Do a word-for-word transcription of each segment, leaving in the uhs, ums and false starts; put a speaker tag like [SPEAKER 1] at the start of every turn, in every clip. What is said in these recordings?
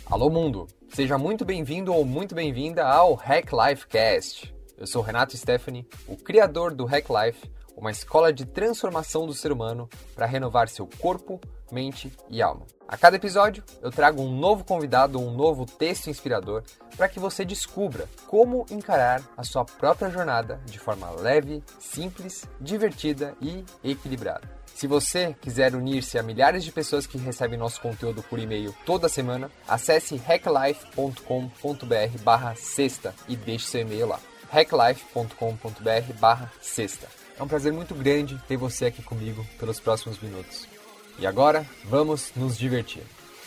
[SPEAKER 1] Alô mundo, seja muito bem-vindo ou muito bem-vinda ao Hack Life Cast. Eu sou Renato Stephanie, o criador do Hack Life, uma escola de transformação do ser humano para renovar seu corpo, mente e alma. A cada episódio, eu trago um novo convidado, um novo texto inspirador para que você descubra como encarar a sua própria jornada de forma leve, simples, divertida e equilibrada. Se você quiser unir-se a milhares de pessoas que recebem nosso conteúdo por e-mail toda semana, acesse hacklife ponto com ponto br barra sexta e deixe seu e-mail lá. hacklife ponto com ponto br barra sexta. É um prazer muito grande ter você aqui comigo pelos próximos minutos. E agora, vamos nos divertir.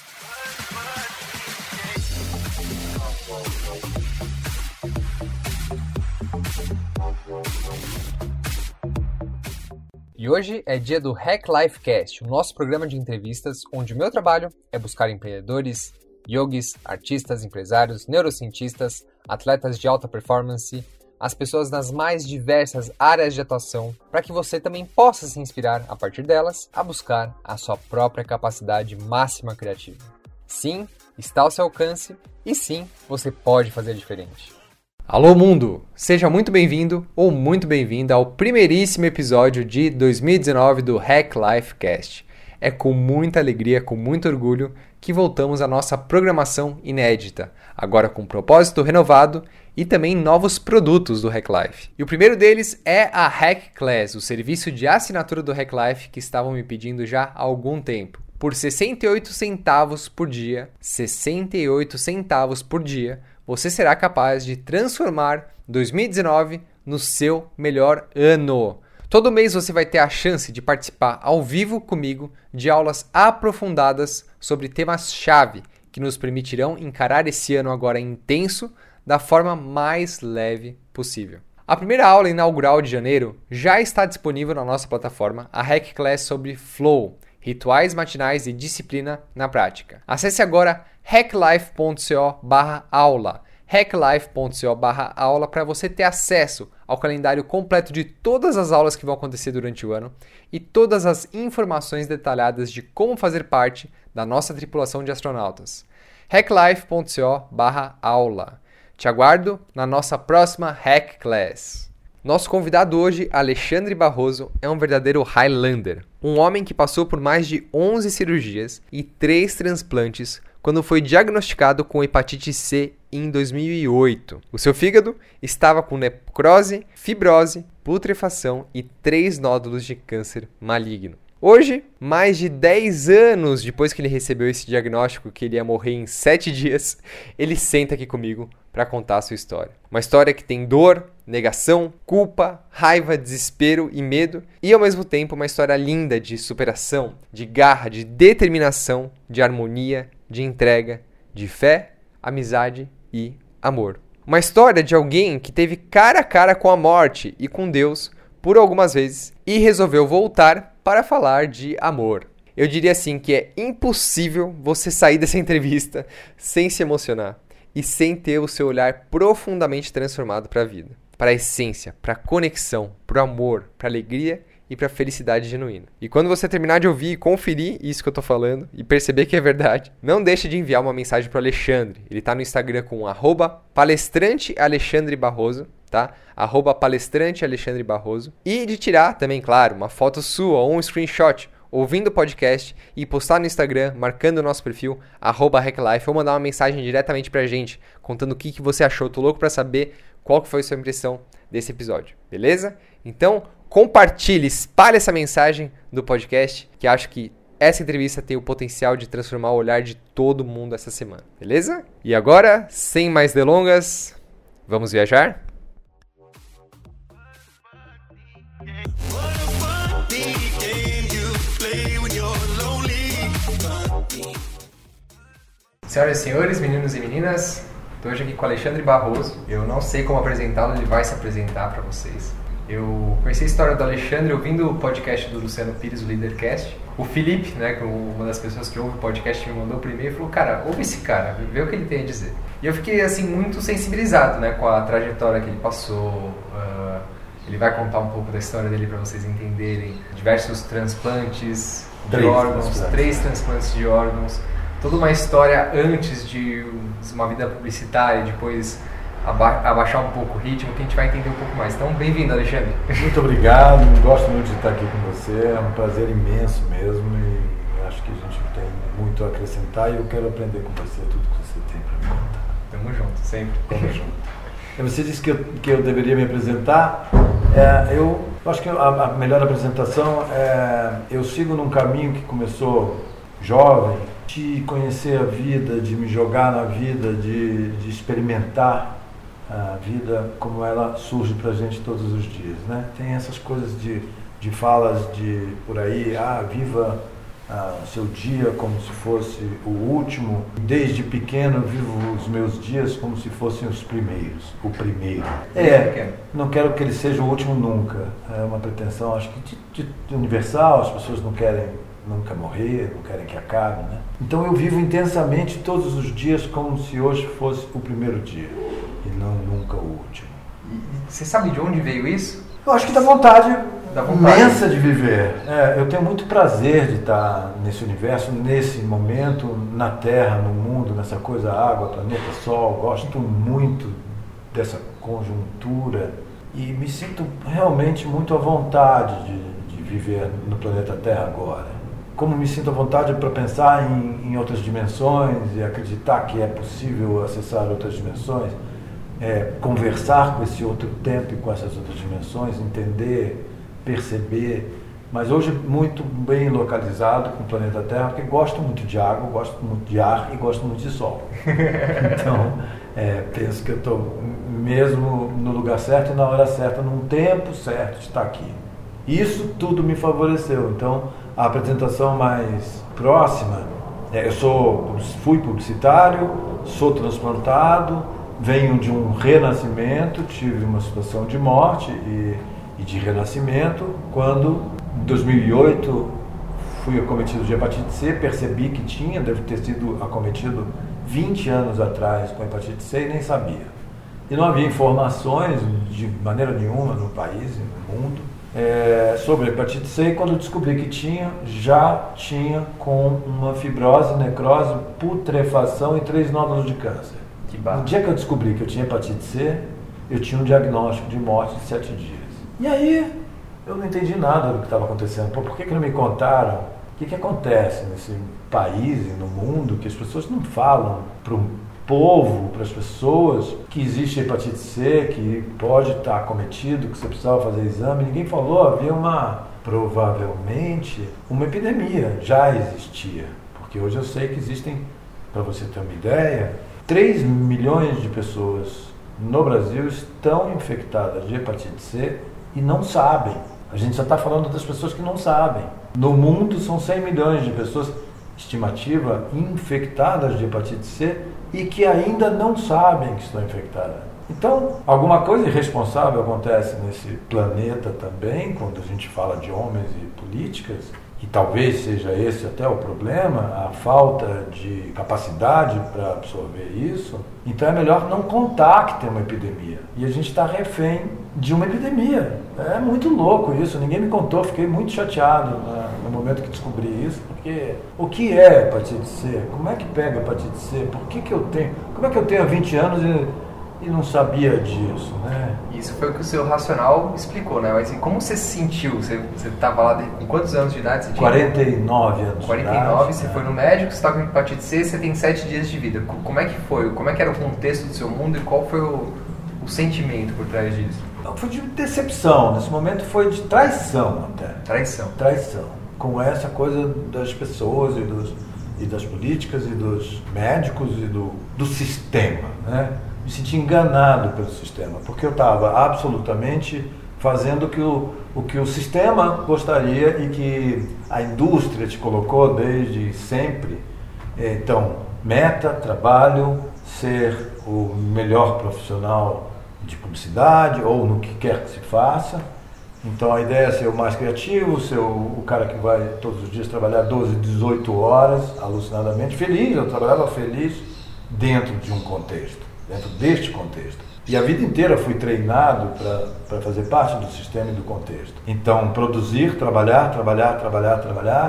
[SPEAKER 1] E hoje é dia do Hack Life Cast, o nosso programa de entrevistas onde o meu trabalho é buscar empreendedores, yogis, artistas, empresários, neurocientistas, atletas de alta performance, as pessoas nas mais diversas áreas de atuação, para que você também possa se inspirar a partir delas a buscar a sua própria capacidade máxima criativa. Sim, está ao seu alcance e sim, você pode fazer diferente. Alô mundo, seja muito bem-vindo ou muito bem-vinda ao primeiríssimo episódio de dois mil e dezenove do Hack Life Cast. É com muita alegria, com muito orgulho que voltamos à nossa programação inédita, agora com propósito renovado e também novos produtos do Hack Life. E o primeiro deles é a Hack Class, o serviço de assinatura do Hack Life que estavam me pedindo já há algum tempo. Por sessenta e oito centavos por dia, sessenta e oito centavos por dia, você será capaz de transformar dois mil e dezenove no seu melhor ano. Todo mês você vai ter a chance de participar ao vivo comigo de aulas aprofundadas sobre temas-chave que nos permitirão encarar esse ano agora intenso da forma mais leve possível. A primeira aula inaugural de janeiro já está disponível na nossa plataforma, a Hack Class sobre Flow, rituais matinais e disciplina na prática. Acesse agora hacklife ponto co barra aula, hacklife ponto co barra aula para você ter acesso ao calendário completo de todas as aulas que vão acontecer durante o ano e todas as informações detalhadas de como fazer parte da nossa tripulação de astronautas. hacklife ponto co barra aula. Te aguardo na nossa próxima Hack Class. Nosso convidado hoje, Alexandre Barroso, é um verdadeiro Highlander, um homem que passou por mais de onze cirurgias e três transplantes quando foi diagnosticado com hepatite C em dois mil e oito. O seu fígado estava com necrose, fibrose, putrefação e três nódulos de câncer maligno. Hoje, mais de dez anos depois que ele recebeu esse diagnóstico que ele ia morrer em sete dias, ele senta aqui comigo para contar a sua história. Uma história que tem dor, negação, culpa, raiva, desespero e medo e ao mesmo tempo uma história linda de superação, de garra, de determinação, de harmonia, de entrega, de fé, amizade e amor. Uma história de alguém que teve cara a cara com a morte e com Deus por algumas vezes e resolveu voltar para falar de amor. Eu diria assim que é impossível você sair dessa entrevista sem se emocionar e sem ter o seu olhar profundamente transformado para a vida, para a essência, para a conexão, para o amor, para a alegria e para a felicidade genuína. E quando você terminar de ouvir e conferir isso que eu tô falando e perceber que é verdade, não deixe de enviar uma mensagem para o Alexandre. Ele tá no Instagram com arroba palestrante Alexandre Barroso, tá? Arroba palestrante Alexandre Barroso. E de tirar também, claro, uma foto sua ou um screenshot ouvindo o podcast e postar no Instagram, marcando o nosso perfil, arroba hacklife, ou mandar uma mensagem diretamente pra gente, contando o que, que você achou. Tô louco pra saber qual que foi a sua impressão desse episódio, beleza? Então, compartilhe, espalhe essa mensagem do podcast, que acho que essa entrevista tem o potencial de transformar o olhar de todo mundo essa semana, beleza? E agora, sem mais delongas, vamos viajar? Senhoras e senhores, meninos e meninas, estou hoje aqui com o Alexandre Barroso. Eu não sei como apresentá-lo, ele vai se apresentar para vocês. Eu conheci a história do Alexandre ouvindo o podcast do Luciano Pires, o Leadercast. O Felipe, né, que é uma das pessoas que ouve o podcast, me mandou por e-mail e falou: cara, ouve esse cara, vê o que ele tem a dizer. E eu fiquei assim muito sensibilizado, né, com a trajetória que ele passou. Uh, ele vai contar um pouco da história dele para vocês entenderem. Diversos transplantes de três órgãos, transplantes. três transplantes de órgãos. toda uma história antes de uma vida publicitária, depois aba- abaixar um pouco o ritmo, que a gente vai entender um pouco mais. Então, bem-vindo, Alexandre.
[SPEAKER 2] Muito obrigado, gosto muito de estar aqui com você, é um prazer imenso mesmo e acho que a gente tem muito a acrescentar e eu quero aprender com você tudo que você tem para me contar.
[SPEAKER 1] Tamo junto, sempre.
[SPEAKER 2] Tamo junto. Você disse que eu, que eu deveria me apresentar. É, eu acho que a, a melhor apresentação é... Eu sigo num caminho que começou jovem, de conhecer a vida, de me jogar na vida, de, de experimentar a vida como ela surge pra gente todos os dias, né? Tem essas coisas de, de falas de por aí, ah, viva Ah, seu dia como se fosse o último. Desde pequeno vivo os meus dias como se fossem os primeiros, o primeiro. É, não quero que ele seja o último nunca. É uma pretensão, acho que de, de universal. As pessoas não querem nunca morrer, não querem que acabe, né? Então eu vivo intensamente todos os dias como se hoje fosse o primeiro dia e não nunca o último.
[SPEAKER 1] E você sabe de onde veio isso?
[SPEAKER 2] Eu acho que dá vontade,
[SPEAKER 1] dá vontade
[SPEAKER 2] imensa de viver. É, eu tenho muito prazer de estar nesse universo, nesse momento, na Terra, no mundo, nessa coisa água, planeta, sol. Gosto muito dessa conjuntura e me sinto realmente muito à vontade de, de viver no planeta Terra agora. Como me sinto à vontade para pensar em, em outras dimensões e acreditar que é possível acessar outras dimensões. É, conversar com esse outro tempo e com essas outras dimensões, entender, perceber, mas hoje muito bem localizado com o planeta Terra, porque gosto muito de água, gosto muito de ar e gosto muito de sol. Então, é, penso que eu estou mesmo no lugar certo e na hora certa, num tempo certo de estar aqui. Isso tudo me favoreceu. Então, a apresentação mais próxima, é, eu sou, fui publicitário, sou transplantado, venho de um renascimento, tive uma situação de morte e, e de renascimento, quando, em dois mil e oito, fui acometido de hepatite C, percebi que tinha, deve ter sido acometido vinte anos atrás com hepatite C e nem sabia. E não havia informações de maneira nenhuma no país e no mundo é, sobre hepatite C, e quando descobri que tinha, já tinha com uma fibrose, necrose, putrefação e três nódulos de câncer. No dia que eu descobri que eu tinha hepatite C, eu tinha um diagnóstico de morte de sete dias. E aí, eu não entendi nada do que estava acontecendo. Pô, por que, que não me contaram? O que, que acontece nesse país e no mundo que as pessoas não falam para um povo, para as pessoas, que existe hepatite C, que pode estar acometido, que você precisava fazer exame? Ninguém falou. Havia uma, provavelmente, uma epidemia. Já existia. Porque hoje eu sei que existem, para você ter uma ideia, três milhões de pessoas no Brasil estão infectadas de hepatite C e não sabem. A gente só está falando das pessoas que não sabem. No mundo são cem milhões de pessoas, estimativa, infectadas de hepatite C e que ainda não sabem que estão infectadas. Então, alguma coisa irresponsável acontece nesse planeta também, quando a gente fala de homens e políticas. E talvez seja esse até o problema, a falta de capacidade para absorver isso. Então é melhor não contar que tem uma epidemia. E a gente está refém de uma epidemia. É muito louco isso, ninguém me contou, fiquei muito chateado né, no momento que descobri isso, porque o que é hepatite C? Como é que pega hepatite C? Por que que eu tenho? Como é que eu tenho há vinte anos e... E não sabia disso, né?
[SPEAKER 1] Isso foi o que o seu racional explicou, né? Mas e como você se sentiu? Você estava lá de, com quantos anos de idade você tinha?
[SPEAKER 2] quarenta e nove anos
[SPEAKER 1] quarenta e nove,
[SPEAKER 2] de idade,
[SPEAKER 1] você
[SPEAKER 2] né?
[SPEAKER 1] Foi no médico, você está com hepatite C, você tem sete dias de vida. Como é que foi? Como é que era o contexto do seu mundo e qual foi o, o sentimento por trás disso?
[SPEAKER 2] Foi de decepção, nesse momento foi de traição até.
[SPEAKER 1] Traição.
[SPEAKER 2] Traição. Com essa coisa das pessoas e, dos, e das políticas e dos médicos e do, do sistema, né? Me senti enganado pelo sistema, porque eu estava absolutamente fazendo o que o, o que o sistema gostaria e que a indústria te colocou desde sempre. Então, meta, trabalho, ser o melhor profissional de publicidade ou no que quer que se faça. Então, a ideia é ser o mais criativo, ser o, o cara que vai todos os dias trabalhar doze, dezoito horas, alucinadamente feliz. Eu trabalhava feliz dentro de um contexto. Dentro deste contexto. E a vida inteira fui treinado para fazer parte do sistema e do contexto. Então, produzir, trabalhar, trabalhar, trabalhar, trabalhar,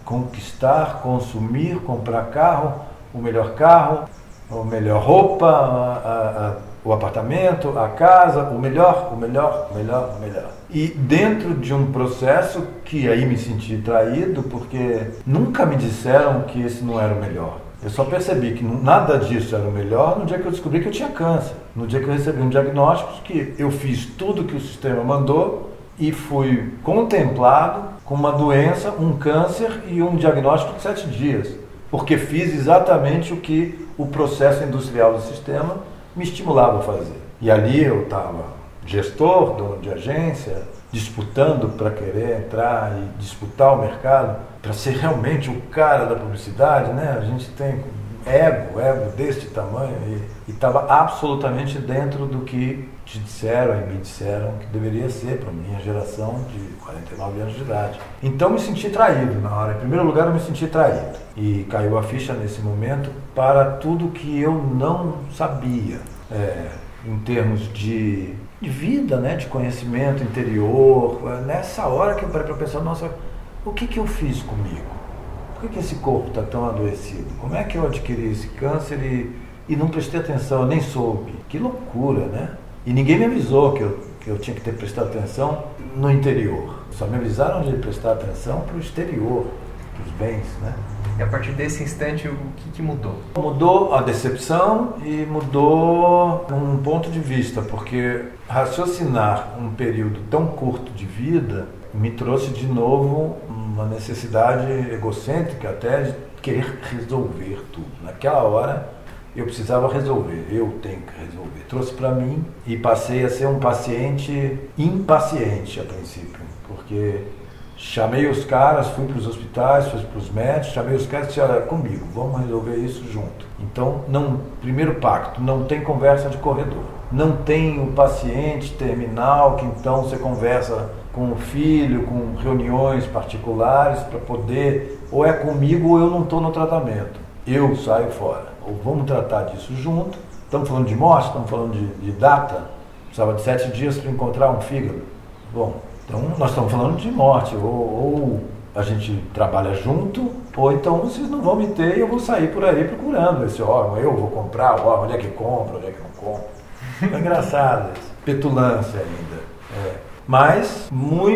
[SPEAKER 2] conquistar, consumir, comprar carro, o melhor carro, a melhor roupa, a, a, a, o apartamento, a casa, o melhor, o melhor, o melhor, o melhor. E dentro de um processo que aí me senti traído, porque nunca me disseram que esse não era o melhor. Eu só percebi que nada disso era o melhor no dia que eu descobri que eu tinha câncer. No dia que eu recebi um diagnóstico, que eu fiz tudo que o sistema mandou e fui contemplado com uma doença, um câncer e um diagnóstico de sete dias. Porque fiz exatamente o que o processo industrial do sistema me estimulava a fazer. E ali eu estava gestor, dono de agência, disputando para querer entrar e disputar o mercado, para ser realmente o cara da publicidade, né? A gente tem ego, ego deste tamanho, e estava absolutamente dentro do que te disseram e me disseram que deveria ser para a minha geração de quarenta e nove anos de idade. Então me senti traído na hora. Em primeiro lugar, eu me senti traído. E caiu a ficha nesse momento para tudo que eu não sabia, é, em termos de, de vida, né, de conhecimento interior. Nessa hora que eu parei para pensar, nossa, o que, que eu fiz comigo? Por que, que esse corpo está tão adoecido? Como é que eu adquiri esse câncer e, e não prestei atenção, eu nem soube? Que loucura, né? E ninguém me avisou que eu, que eu tinha que ter prestado atenção no interior. Só me avisaram de prestar atenção para o exterior, para os bens, né?
[SPEAKER 1] E a partir desse instante, o que, que mudou?
[SPEAKER 2] Mudou a decepção e mudou um ponto de vista, porque raciocinar um período tão curto de vida me trouxe de novo uma necessidade egocêntrica até de querer resolver tudo. Naquela hora eu precisava resolver, eu tenho que resolver. Trouxe para mim e passei a ser um paciente impaciente a princípio, porque chamei os caras, fui para os hospitais, fui para os médicos, chamei os caras e disse, olha, comigo, vamos resolver isso junto. Então, não, primeiro pacto, não tem conversa de corredor. Não tem o paciente terminal que então você conversa com o filho, com reuniões particulares para poder, ou é comigo ou eu não estou no tratamento. Eu saio fora. Ou vamos tratar disso junto. Estamos falando de morte, estamos falando de, de data. Precisava de sete dias para encontrar um fígado. Bom, então nós estamos falando de morte. Ou, ou a gente trabalha junto, ou então vocês não vão me ter e eu vou sair por aí procurando esse órgão. Eu vou comprar o órgão, onde é que compra, onde é que não compra. É engraçado isso. Petulância ainda. É. Mas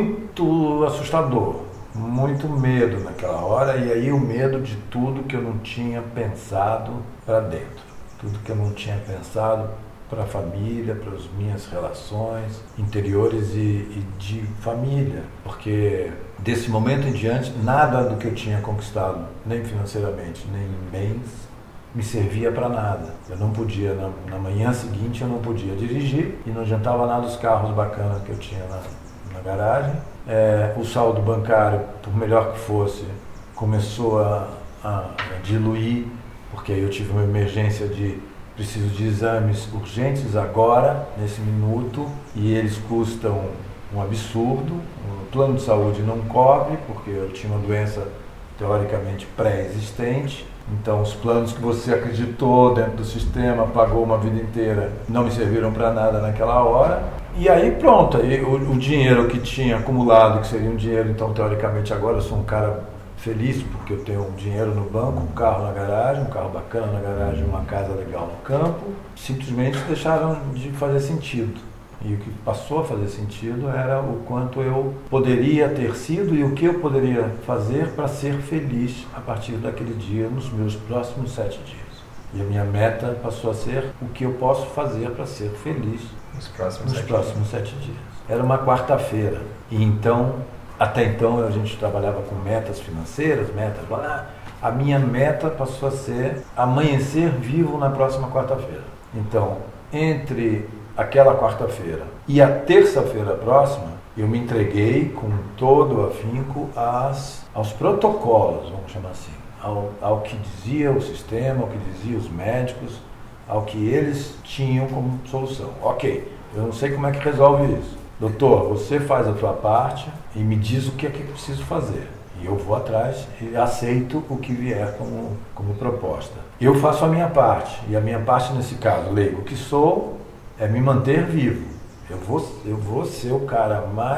[SPEAKER 2] muito assustador, muito medo naquela hora, e aí o medo de tudo que eu não tinha pensado para dentro, tudo que eu não tinha pensado para a família, para as minhas relações interiores e, e de família, porque desse momento em diante nada do que eu tinha conquistado, nem financeiramente, nem em bens, me servia para nada. Eu não podia, na, na manhã seguinte eu não podia dirigir e não adiantava nada os carros bacanas que eu tinha na, na garagem. É, o saldo bancário, por melhor que fosse, começou a, a, a diluir, porque aí eu tive uma emergência de preciso de exames urgentes agora, nesse minuto, e eles custam um absurdo. O plano de saúde não cobre, porque eu tinha uma doença teoricamente pré-existente. Então, os planos que você acreditou dentro do sistema, pagou uma vida inteira, não me serviram para nada naquela hora. E aí, pronto, aí, o, o dinheiro que tinha acumulado, que seria um dinheiro, então, teoricamente, agora eu sou um cara feliz, porque eu tenho um dinheiro no banco, um carro na garagem, um carro bacana na garagem, uma casa legal no campo, simplesmente deixaram de fazer sentido. E o que passou a fazer sentido era o quanto eu poderia ter sido e o que eu poderia fazer para ser feliz a partir daquele dia, nos meus próximos sete dias. E a minha meta passou a ser o que eu posso fazer para ser feliz
[SPEAKER 1] nos próximos,
[SPEAKER 2] nos
[SPEAKER 1] sete,
[SPEAKER 2] próximos
[SPEAKER 1] dias.
[SPEAKER 2] sete dias. Era uma quarta-feira. E então, até então, a gente trabalhava com metas financeiras, metas... Blá, a minha meta passou a ser amanhecer vivo na próxima quarta-feira. Então, entre aquela quarta-feira e a terça-feira próxima, eu me entreguei com todo o afinco às, aos protocolos, vamos chamar assim, ao, ao que dizia o sistema, ao que dizia os médicos, ao que eles tinham como solução. Ok, eu não sei como é que resolve isso. Doutor, você faz a sua parte e me diz o que é que eu preciso fazer. E eu vou atrás e aceito o que vier como, como proposta. Eu faço a minha parte, e a minha parte nesse caso, leigo que sou, é me manter vivo. Eu vou, eu vou ser o cara mais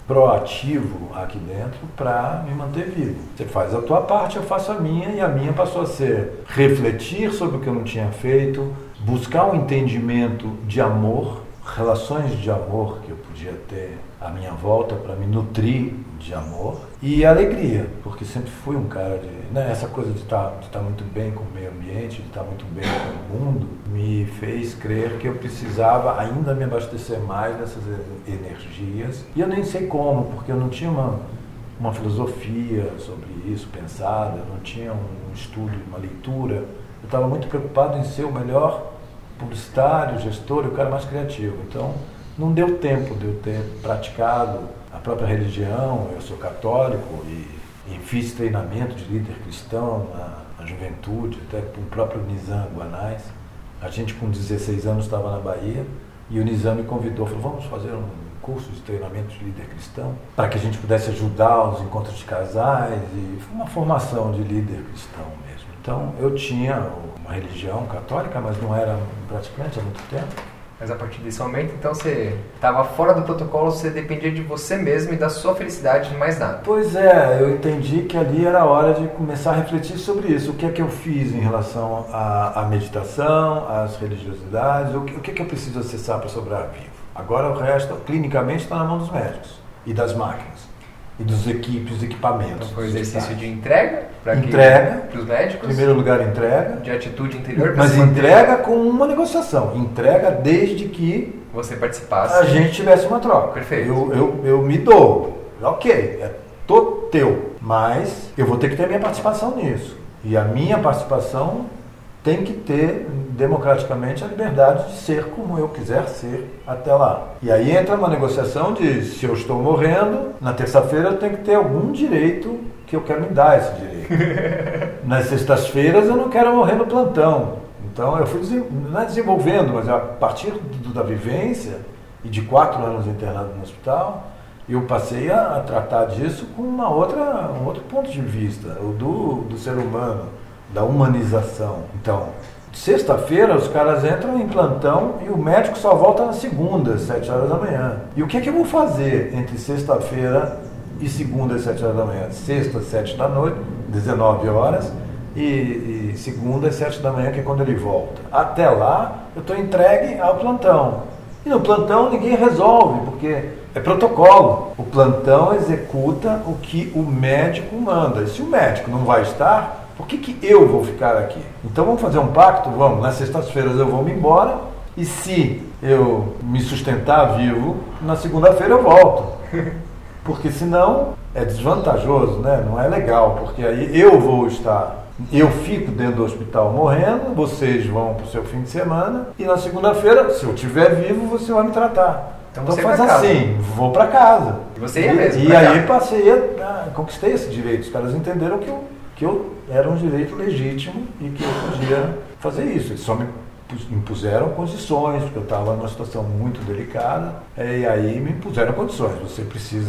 [SPEAKER 2] proativo aqui dentro para me manter vivo. Você faz a tua parte, eu faço a minha, e a minha passou a ser refletir sobre o que eu não tinha feito, buscar um entendimento de amor, relações de amor que eu podia ter à minha volta para me nutrir de amor, e alegria, porque sempre fui um cara de... Né, essa coisa de estar de estar muito bem com o meio ambiente, de estar muito bem com o mundo, me fez crer que eu precisava ainda me abastecer mais dessas energias. E eu nem sei como, porque eu não tinha uma, uma filosofia sobre isso pensada, eu não tinha um estudo, uma leitura. Eu estava muito preocupado em ser o melhor publicitário, gestor e o cara mais criativo. Então, não deu tempo de eu ter praticado a própria religião. Eu sou católico e, e fiz treinamento de líder cristão na, na juventude, até com o próprio Nizam Guanais. A gente com dezesseis anos estava na Bahia e o Nizam me convidou, falou, vamos fazer um curso de treinamento de líder cristão para que a gente pudesse ajudar os encontros de casais, e foi uma formação de líder cristão mesmo. Então eu tinha uma religião católica, mas não era praticante há muito tempo.
[SPEAKER 1] Mas a partir desse momento, então, você estava fora do protocolo, você dependia de você mesmo e da sua felicidade, de mais nada.
[SPEAKER 2] Pois é, eu entendi que ali era a hora de começar a refletir sobre isso. O que é que eu fiz em relação à, à meditação, às religiosidades, o que, o que é que eu preciso acessar para sobrar vivo? Agora o resto, clinicamente, está na mão dos médicos e das máquinas. E dos equipes, equipamentos.
[SPEAKER 1] Então foi um exercício de entrega para
[SPEAKER 2] entrega,
[SPEAKER 1] os médicos.
[SPEAKER 2] Em primeiro lugar, entrega.
[SPEAKER 1] De atitude interior.
[SPEAKER 2] Mas entrega com uma negociação. Entrega desde que
[SPEAKER 1] você participasse.
[SPEAKER 2] A gente tivesse uma troca.
[SPEAKER 1] Perfeito.
[SPEAKER 2] Eu, eu, eu me dou. Ok, é todo teu. Mas eu vou ter que ter a minha participação nisso. E a minha participação tem que ter democraticamente a liberdade de ser como eu quiser ser até lá. E aí entra uma negociação de, se eu estou morrendo, na terça-feira eu tenho que ter algum direito que eu quero me dar esse direito. Nas sextas-feiras eu não quero morrer no plantão. Então eu fui não é desenvolvendo, mas a partir do, da vivência e de quatro anos internado no hospital, eu passei a, a tratar disso com uma outra, um outro ponto de vista, o do, do ser humano, da humanização. Então, sexta-feira os caras entram em plantão e o médico só volta na segunda, às sete horas da manhã. E o que é que eu vou fazer entre sexta-feira e segunda, às sete horas da manhã? Sexta, às sete da noite, dezenove horas, e, e segunda, às sete da manhã, que é quando ele volta. Até lá, eu estou entregue ao plantão. E no plantão ninguém resolve, porque é protocolo. O plantão executa o que o médico manda. E se o médico não vai estar, por que que eu vou ficar aqui? Então vamos fazer um pacto? Vamos, nas sextas-feiras eu vou me embora, e se eu me sustentar vivo, na segunda-feira eu volto. Porque senão é desvantajoso, né? Não é legal, porque aí eu vou estar, eu fico dentro do hospital morrendo, vocês vão para o seu fim de semana, e na segunda-feira, se eu estiver vivo, você vai me tratar.
[SPEAKER 1] Então,
[SPEAKER 2] então
[SPEAKER 1] você
[SPEAKER 2] faz
[SPEAKER 1] vai
[SPEAKER 2] assim, vou para casa.
[SPEAKER 1] E você ia mesmo?
[SPEAKER 2] E, e aí passei a, a conquistei esse direito. Os caras entenderam que eu, que eu era um direito legítimo e que eu podia fazer isso. Eles só me impuseram condições, porque eu estava numa situação muito delicada, e aí me impuseram condições. Você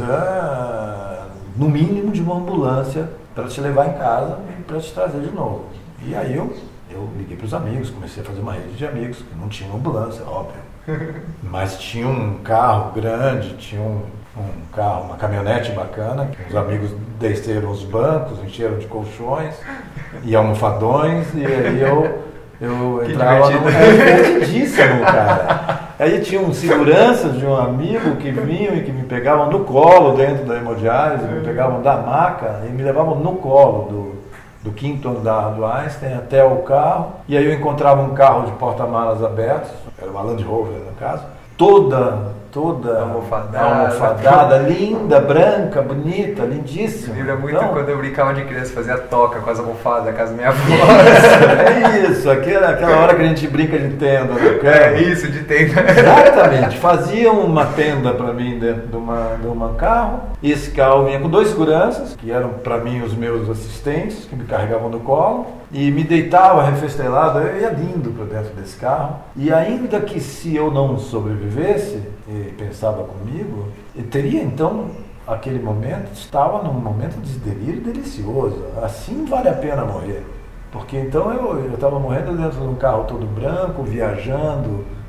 [SPEAKER 2] precisa, no mínimo, de uma ambulância para te levar em casa e para te trazer de novo. E aí eu, eu liguei para os amigos, comecei a fazer uma rede de amigos que não tinham ambulância, óbvio. Mas tinha um carro grande, tinha um, um carro, uma caminhonete bacana, que os amigos desceram os bancos, encheram de colchões e almofadões, e aí eu, eu entrava no... É divertidíssimo, cara. Aí tinha um seguranças de um amigo que vinham e que me pegavam no colo dentro da hemodiálise, me pegavam da maca e me levavam no colo do, do quinto andar do Einstein até o carro. E aí eu encontrava um carro de porta-malas abertos, era uma Land Rover no caso, toda... toda
[SPEAKER 1] almofadada,
[SPEAKER 2] almofadada linda, branca, bonita, lindíssima.
[SPEAKER 1] Me lembra muito
[SPEAKER 2] então,
[SPEAKER 1] quando eu brincava de criança, fazia toca com as almofadas da casa da minha avó.
[SPEAKER 2] É isso, aquela, aquela hora que a gente brinca de tenda, né?
[SPEAKER 1] É isso, de tenda.
[SPEAKER 2] Exatamente, faziam uma tenda para mim dentro de, uma, de um carro. Esse carro vinha com dois seguranças, que eram para mim os meus assistentes, que me carregavam no colo, e me deitava refestelado, eu ia lindo para dentro desse carro. E ainda que se eu não sobrevivesse, e pensava comigo, eu teria então, aquele momento, estava num momento de delírio delicioso. Assim vale a pena morrer. Porque então eu estava morrendo dentro de um carro todo branco, viajando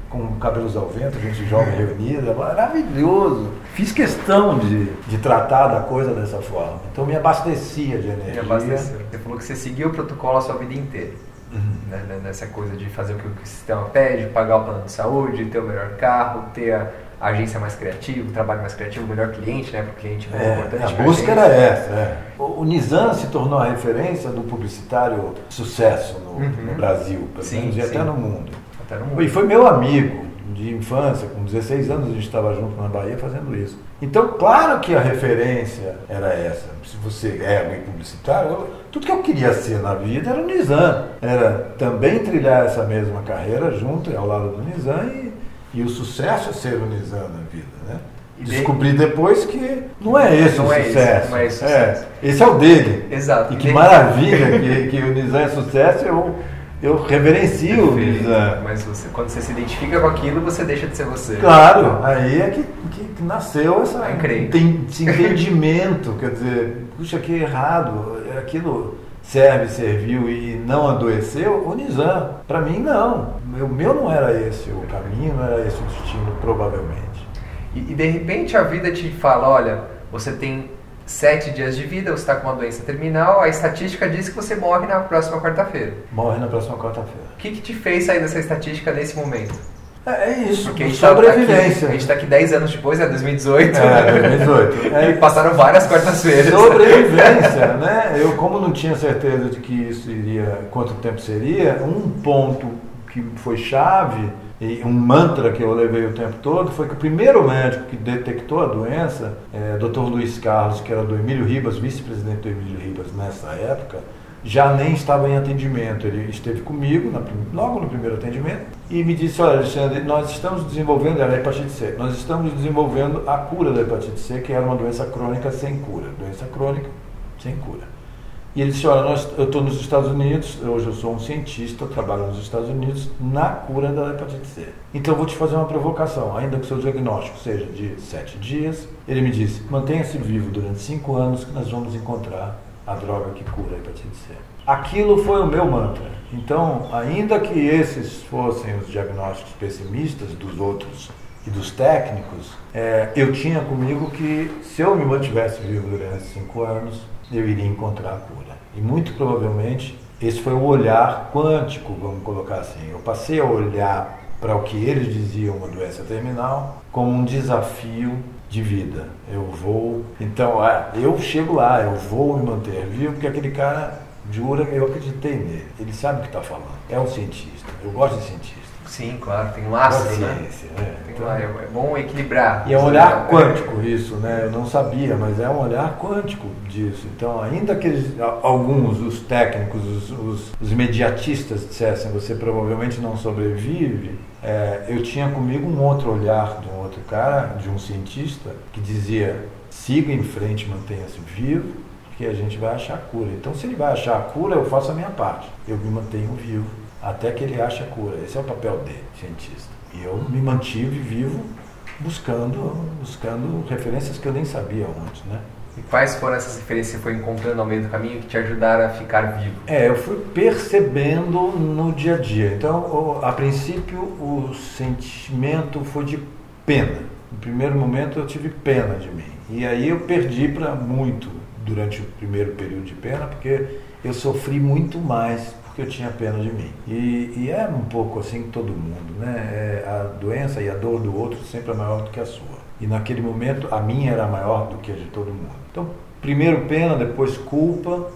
[SPEAKER 2] com cabelos ao vento, gente jovem reunida, maravilhoso. Fiz questão de, de tratar da coisa dessa forma. Então me abastecia de energia. Me abasteceu.
[SPEAKER 1] Você falou que você seguiu o protocolo a sua vida inteira. Uhum. Né? Nessa coisa de fazer o que o sistema pede, pagar o plano de saúde, ter o melhor carro, ter a, a agência mais criativa, o trabalho mais criativo, o melhor cliente, né? Porque o cliente é,
[SPEAKER 2] é
[SPEAKER 1] importante.
[SPEAKER 2] A busca era essa. É. O, o Nizam se tornou a referência do publicitário sucesso no, uhum. no Brasil, pelo menos, e até no mundo. Até no mundo. E foi meu amigo de infância, com dezesseis anos a gente estava junto na Bahia fazendo isso. Então, claro que a referência era essa. Se você é alguém publicitário, eu, tudo que eu queria ser na vida era o Nizam. Era também trilhar essa mesma carreira junto, ao lado do Nizam, e, e o sucesso é ser o Nizam na vida, né? E descobri depois que não é esse não o é sucesso. Esse, não é esse, sucesso. É, esse é o dele.
[SPEAKER 1] Exato.
[SPEAKER 2] E que maravilha que, que o Nizam é sucesso. Eu, Eu reverencio o Nizam.
[SPEAKER 1] Mas você, quando você se identifica com aquilo, você deixa de ser você.
[SPEAKER 2] Claro, aí é que, que, que nasceu essa,
[SPEAKER 1] é
[SPEAKER 2] tem, esse entendimento. Quer dizer, puxa, que errado, aquilo serve, serviu e não adoeceu. O Nizam, para mim, não. O meu não era esse o caminho, não era esse o destino, provavelmente.
[SPEAKER 1] E, e de repente a vida te fala, olha, você tem sete dias de vida, você está com uma doença terminal, a estatística diz que você morre na próxima quarta-feira.
[SPEAKER 2] Morre na próxima quarta-feira.
[SPEAKER 1] O que, que te fez sair dessa estatística nesse momento?
[SPEAKER 2] É, é isso,
[SPEAKER 1] porque a gente
[SPEAKER 2] sobrevivência.
[SPEAKER 1] Tá aqui, a gente está aqui dez anos depois, é dois mil e dezoito.
[SPEAKER 2] É, dois mil e dezoito. É,
[SPEAKER 1] e passaram várias quartas-feiras.
[SPEAKER 2] Sobrevivência, né? Eu, como não tinha certeza de que isso iria, quanto tempo seria, um ponto que foi chave, e um mantra que eu levei o tempo todo, foi que o primeiro médico que detectou a doença, é, doutor Luiz Carlos, que era do Emílio Ribas, vice-presidente do Emílio Ribas nessa época, já nem estava em atendimento. Ele esteve comigo na, logo no primeiro atendimento e me disse, olha, Alexandre, nós estamos desenvolvendo, era a hepatite C, nós estamos desenvolvendo a cura da hepatite C, que era uma doença crônica sem cura, doença crônica sem cura. E ele disse, olha, nós, eu estou nos Estados Unidos, hoje eu sou um cientista, eu trabalho nos Estados Unidos na cura da hepatite C. Então eu vou te fazer uma provocação, ainda que o seu diagnóstico seja de sete dias. Ele me disse, mantenha-se vivo durante cinco anos que nós vamos encontrar a droga que cura a hepatite C. Aquilo foi o meu mantra. Então, ainda que esses fossem os diagnósticos pessimistas dos outros e dos técnicos, é, eu tinha comigo que se eu me mantivesse vivo durante cinco anos, eu iria encontrar a cura. E muito provavelmente esse foi o olhar quântico, vamos colocar assim. Eu passei a olhar para o que eles diziam uma doença terminal como um desafio de vida. Eu vou, então, ah, eu chego lá, eu vou me manter vivo, porque aquele cara jura que eu acreditei nele. Ele sabe o que está falando. É um cientista. Eu gosto de cientista.
[SPEAKER 1] Sim, claro, tem um laço, né?
[SPEAKER 2] É,
[SPEAKER 1] tem então, lá, é bom equilibrar.
[SPEAKER 2] E é um olhar quântico isso, né? Eu não sabia, mas é um olhar quântico disso. Então, ainda que eles, alguns, os técnicos, os, os, os imediatistas dissessem, você provavelmente não sobrevive, é, eu tinha comigo um outro olhar de um outro cara, de um cientista, que dizia, siga em frente, mantenha-se vivo, que a gente vai achar a cura. Então, se ele vai achar a cura, eu faço a minha parte. Eu me mantenho vivo até que ele ache a cura. Esse é o papel dele, cientista. E eu me mantive vivo buscando, buscando referências que eu nem sabia antes, né?
[SPEAKER 1] E quais foram essas referências que você foi encontrando ao meio do caminho que te ajudaram a ficar vivo?
[SPEAKER 2] É, eu fui percebendo no dia a dia. Então, a princípio, o sentimento foi de pena. No primeiro momento, eu tive pena de mim. E aí eu perdi para muito durante o primeiro período de pena, porque eu sofri muito mais porque eu tinha pena de mim. E, e é um pouco assim todo mundo, né? É, a doença e a dor do outro sempre é maior do que a sua. E naquele momento, a minha era maior do que a de todo mundo. Então, primeiro pena, depois culpa,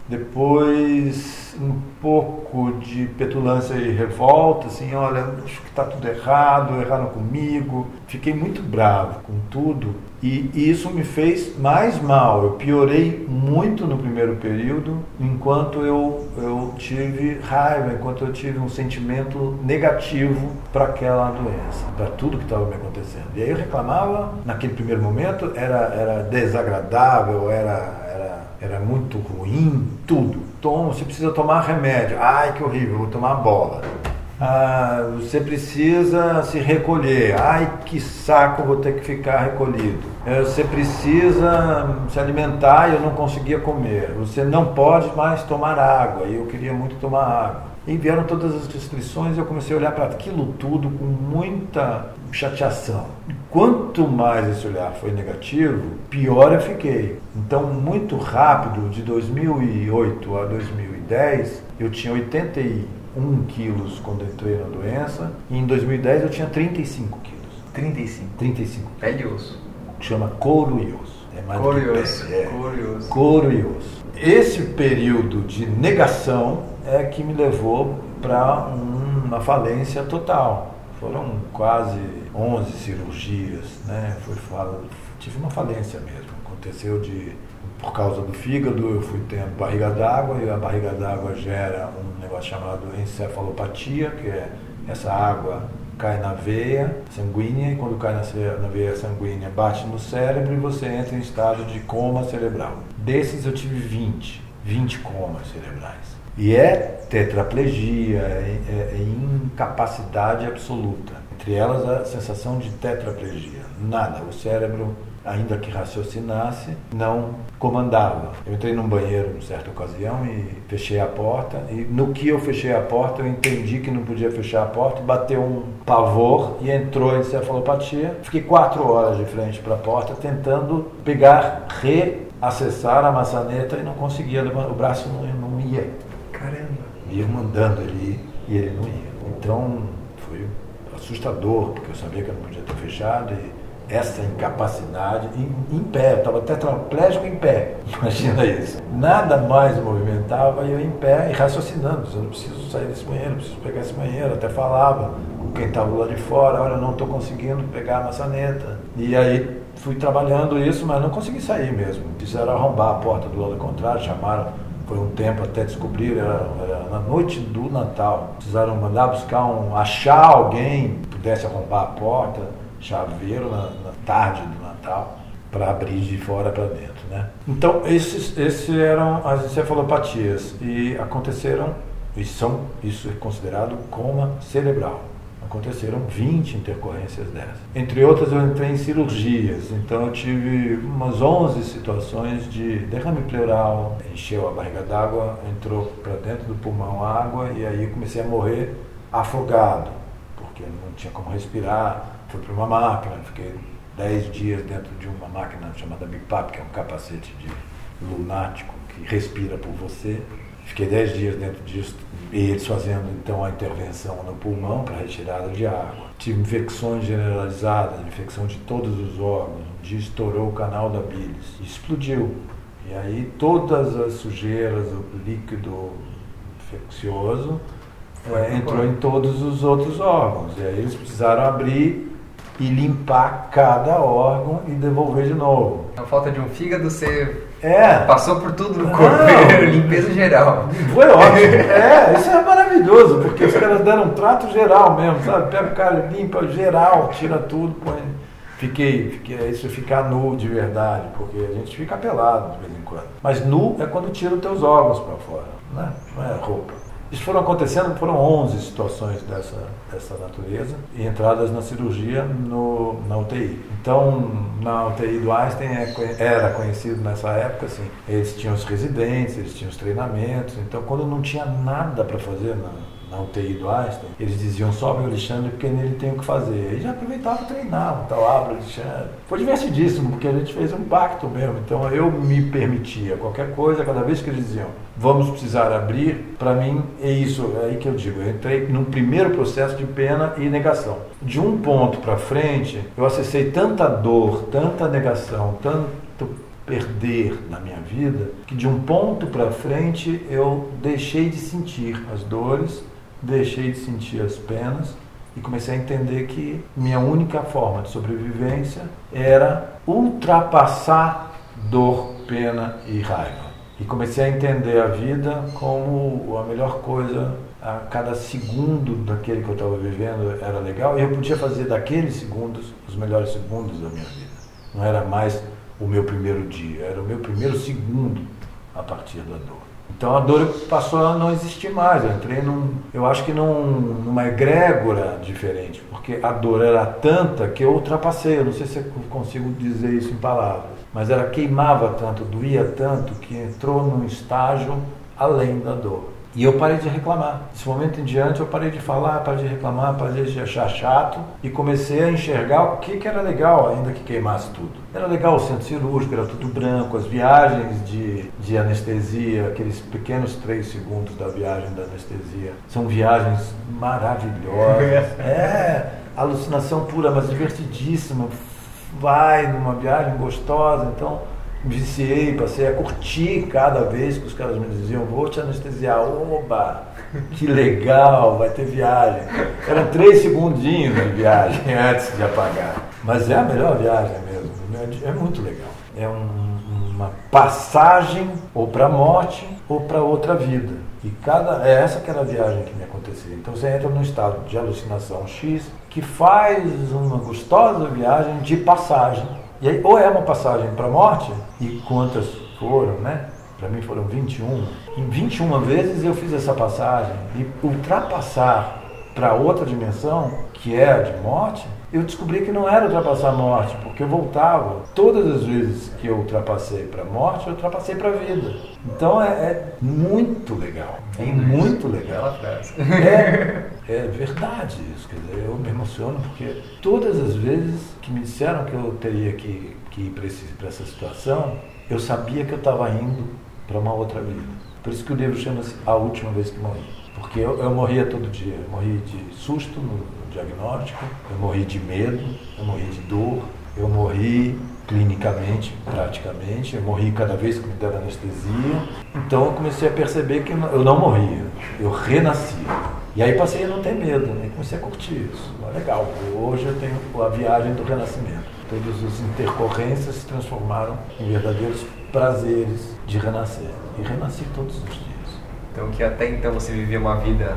[SPEAKER 2] depois um pouco de petulância e revolta, assim, olha, acho que está tudo errado, erraram comigo. Fiquei muito bravo com tudo e isso me fez mais mal. Eu piorei muito no primeiro período, enquanto eu, eu tive raiva, enquanto eu tive um sentimento negativo para aquela doença, para tudo que estava me acontecendo. E aí eu reclamava, naquele primeiro momento, era, era desagradável, era... era Era muito ruim, tudo. Toma, você precisa tomar remédio. Ai, que horrível, vou tomar bola. Ah, você precisa se recolher. Ai, que saco, vou ter que ficar recolhido. Você precisa se alimentar e eu não conseguia comer. Você não pode mais tomar água e eu queria muito tomar água. E vieram todas as restrições e eu comecei a olhar para aquilo tudo com muita chateação. E quanto mais esse olhar foi negativo, pior eu fiquei. Então, muito rápido, de dois mil e oito a dois mil e dez, eu tinha oitenta e um quilos quando entrei na doença, e em dois mil e dez eu tinha trinta e cinco quilos.
[SPEAKER 1] trinta e cinco?
[SPEAKER 2] trinta e cinco.
[SPEAKER 1] Pele e osso.
[SPEAKER 2] Chama couro e osso. É mais
[SPEAKER 1] couro,
[SPEAKER 2] do que
[SPEAKER 1] e
[SPEAKER 2] pele,
[SPEAKER 1] osso.
[SPEAKER 2] é.
[SPEAKER 1] couro e osso.
[SPEAKER 2] Couro e osso. Esse período de negação é que me levou para um, uma falência total. Foram quase onze cirurgias, né? Foi, tive uma falência mesmo. Aconteceu de... Por causa do fígado, eu fui tendo barriga d'água, e a barriga d'água gera um negócio chamado encefalopatia, que é essa água cai na veia sanguínea, e quando cai na veia sanguínea bate no cérebro e você entra em estado de coma cerebral. Desses eu tive vinte, vinte comas cerebrais. E é tetraplegia, é, é, é incapacidade absoluta. Entre elas a sensação de tetraplegia. Nada, o cérebro, ainda que raciocinasse, não comandava. Eu entrei num banheiro em certa ocasião e fechei a porta, e no que eu fechei a porta eu entendi que não podia fechar a porta, bateu um pavor e entrou em encefalopatia. Fiquei quatro horas de frente para a porta tentando pegar, reacessar a maçaneta e não conseguia, o braço não, não ia.
[SPEAKER 1] Caramba!
[SPEAKER 2] Ia mandando ele ir e ele não ia. Então foi assustador, porque eu sabia que eu não podia ter fechado, e essa incapacidade, em, em pé, eu estava tetraplégico em pé, imagina isso. Nada mais movimentava, e eu em pé e raciocinando, eu não preciso sair desse banheiro, preciso pegar esse banheiro, até falava com quem estava lá de fora, olha, eu não estou conseguindo pegar a maçaneta. E aí fui trabalhando isso, mas não consegui sair mesmo. Fizeram arrombar a porta do lado contrário, chamaram, foi um tempo até descobrir, era, era na noite do Natal, precisaram mandar buscar um, achar alguém que pudesse arrombar a porta, chaveiro na, na tarde do Natal, para abrir de fora para dentro, né? Então, esses, esses eram as encefalopatias, e aconteceram, e são, isso é considerado coma cerebral. Aconteceram vinte intercorrências dessas. Entre outras, eu entrei em cirurgias, então eu tive umas onze situações de derrame pleural, encheu a barriga d'água, entrou para dentro do pulmão água, e aí comecei a morrer afogado, porque não tinha como respirar. Fui para uma máquina, fiquei dez dias dentro de uma máquina chamada BiPAP, que é um capacete de lunático que respira por você. Fiquei dez dias dentro disso, e eles fazendo então a intervenção no pulmão para retirada de água. Tive infecções generalizadas, infecção de todos os órgãos. Um dia estourou o canal da bilis, explodiu. E aí todas as sujeiras, o líquido infeccioso é, entrou em todos os outros órgãos. E aí eles precisaram abrir e limpar cada órgão e devolver de novo.
[SPEAKER 1] A falta de um fígado, você
[SPEAKER 2] é.
[SPEAKER 1] passou por tudo no corpo, limpeza geral.
[SPEAKER 2] Foi ótimo. É, isso é maravilhoso, porque os caras deram um trato geral mesmo, sabe? Pega o cara, limpa geral, tira tudo, põe. Fiquei, fiquei, isso é ficar nu de verdade, porque a gente fica pelado de vez em quando. Mas nu é quando tira os teus órgãos para fora, né? Não é roupa. Isso foram acontecendo, foram onze situações dessa, dessa natureza, e entradas na cirurgia no, na U T I. Então, na U T I do Einstein é, era conhecido nessa época, assim, eles tinham os residentes, eles tinham os treinamentos, então quando não tinha nada para fazer na, na U T I do Einstein, eles diziam, sobe o Alexandre porque nele tem o que fazer. Aí já aproveitava e treinava, tal, abre o Alexandre. Foi divertidíssimo, porque a gente fez um pacto mesmo, então eu me permitia qualquer coisa, cada vez que eles diziam, vamos precisar abrir, para mim é isso, é aí que eu digo, eu entrei num primeiro processo de pena e negação. De um ponto para frente, eu acessei tanta dor, tanta negação, tanto perder na minha vida, que de um ponto para frente eu deixei de sentir as dores, deixei de sentir as penas e comecei a entender que minha única forma de sobrevivência era ultrapassar dor, pena e raiva. E comecei a entender a vida como a melhor coisa, a cada segundo daquele que eu estava vivendo era legal, e eu podia fazer daqueles segundos os melhores segundos da minha vida. Não era mais o meu primeiro dia, era o meu primeiro segundo a partir da dor. Então a dor passou a não existir mais. Eu entrei num, eu acho que num, numa egrégora diferente, porque a dor era tanta que eu ultrapassei. Eu não sei se eu consigo dizer isso em palavras, mas ela queimava tanto, doía tanto, que entrou num estágio além da dor. E eu parei de reclamar. Desse momento em diante eu parei de falar, parei de reclamar, parei de achar chato e comecei a enxergar o que, que era legal, ainda que queimasse tudo. Era legal o centro cirúrgico, era tudo branco, as viagens de, de anestesia, aqueles pequenos três segundos da viagem da anestesia, são viagens maravilhosas. É, alucinação pura, mas divertidíssima. Vai numa viagem gostosa, então... me viciei, passei a curtir cada vez que os caras me diziam, vou te anestesiar, oba, que legal, vai ter viagem. Eram três segundinhos de viagem antes de apagar. Mas é a melhor viagem mesmo, é muito legal. É um, uma passagem ou para a morte ou para outra vida. E cada, é essa que era a viagem que me acontecia. Então você entra num estado de alucinação X que faz uma gostosa viagem de passagem. E aí, ou é uma passagem para a morte, e quantas foram, né? Para mim foram vinte e uma. Em vinte e uma vezes eu fiz essa passagem. E ultrapassar para outra dimensão, que é a de morte, eu descobri que não era ultrapassar a morte, porque eu voltava. Todas as vezes que eu ultrapassei para a morte, eu ultrapassei para a vida. Então é, é muito legal. É muito legal. É, é verdade isso. Quer dizer, eu me emociono porque todas as vezes que me disseram que eu teria que, que ir para essa situação, eu sabia que eu estava indo para uma outra vida. Por isso que o livro chama-se A Última Vez que Morri. Porque eu, eu morria todo dia. Eu morri de susto no, no diagnóstico, eu morri de medo, eu morri de dor, eu morri clinicamente, praticamente, eu morri cada vez que me deram anestesia. Então eu comecei a perceber que eu não morria, eu renascia. E aí passei a não ter medo, né? Comecei a curtir isso. Legal, hoje eu tenho a viagem do renascimento. Todas as intercorrências se transformaram em verdadeiros prazeres de renascer. E renasci todos os dias.
[SPEAKER 1] Então que até então você vivia uma vida,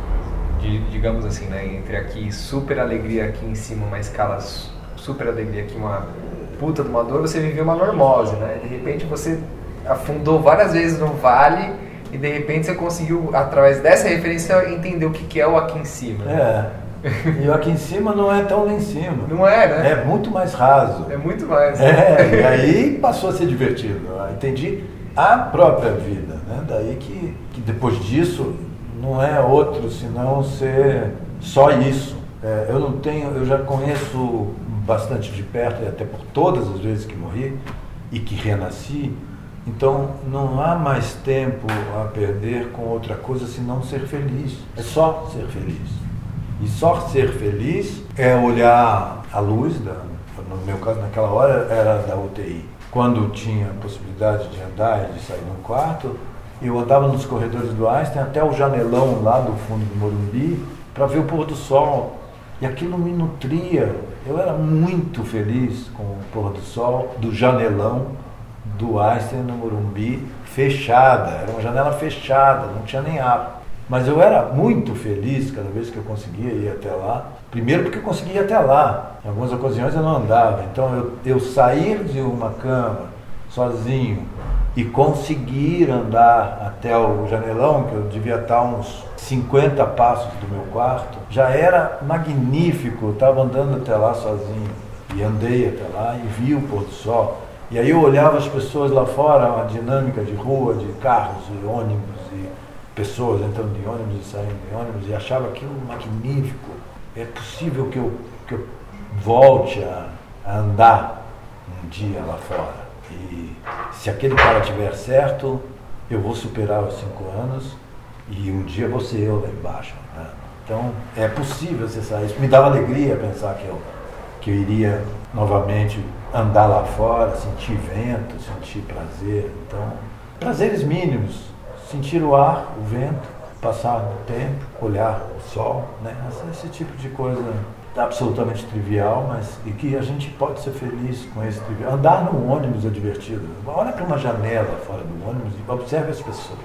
[SPEAKER 1] de, digamos assim, né, entre aqui super alegria aqui em cima, uma escala super alegria aqui, uma puta de uma dor, você vivia uma normose, né? De repente você afundou várias vezes no vale e de repente você conseguiu, através dessa referência, entender o que, que é o aqui em cima.
[SPEAKER 2] É, e o aqui em cima não é tão lá em cima.
[SPEAKER 1] Não é, né?
[SPEAKER 2] É muito mais raso.
[SPEAKER 1] É muito mais.
[SPEAKER 2] É, e aí passou a ser divertido. Eu entendi a própria vida, né? Daí que, que depois disso não é outro senão ser só isso. É, eu não tenho, eu já conheço bastante de perto, e até por todas as vezes que morri e que renasci, então não há mais tempo a perder com outra coisa senão ser feliz. É só ser feliz. E só ser feliz é olhar a luz, da, no meu caso naquela hora era da U T I. Quando tinha a possibilidade de andar e de sair do quarto, eu andava nos corredores do Einstein até o janelão lá do fundo do Morumbi para ver o pôr do sol. E aquilo me nutria. Eu era muito feliz com o pôr do sol do janelão do Einstein no Morumbi, fechada. Era uma janela fechada, não tinha nem ar. Mas eu era muito feliz cada vez que eu conseguia ir até lá. Primeiro porque eu conseguia ir até lá. Em algumas ocasiões eu não andava. Então eu, eu sair de uma cama sozinho e conseguir andar até o janelão, que eu devia estar uns cinquenta passos do meu quarto, já era magnífico. Eu estava andando até lá sozinho e andei até lá e vi o pôr do sol. E aí eu olhava as pessoas lá fora, a dinâmica de rua, de carros e ônibus e pessoas entrando de ônibus e saindo de ônibus, e achava aquilo magnífico. É possível que eu, que eu volte a, a andar um dia lá fora. E se aquele cara tiver certo, eu vou superar os cinco anos e um dia vou ser eu lá embaixo. Né? Então é possível acessar isso. Me dava alegria pensar que eu, que eu iria novamente andar lá fora, sentir vento, sentir prazer. Então, prazeres mínimos. Sentir o ar, o vento, passar o tempo, olhar o sol, né? Esse, esse tipo de coisa absolutamente trivial, mas e que a gente pode ser feliz com esse trivial. Andar no ônibus é divertido. Olha para uma janela fora do ônibus e observe as pessoas.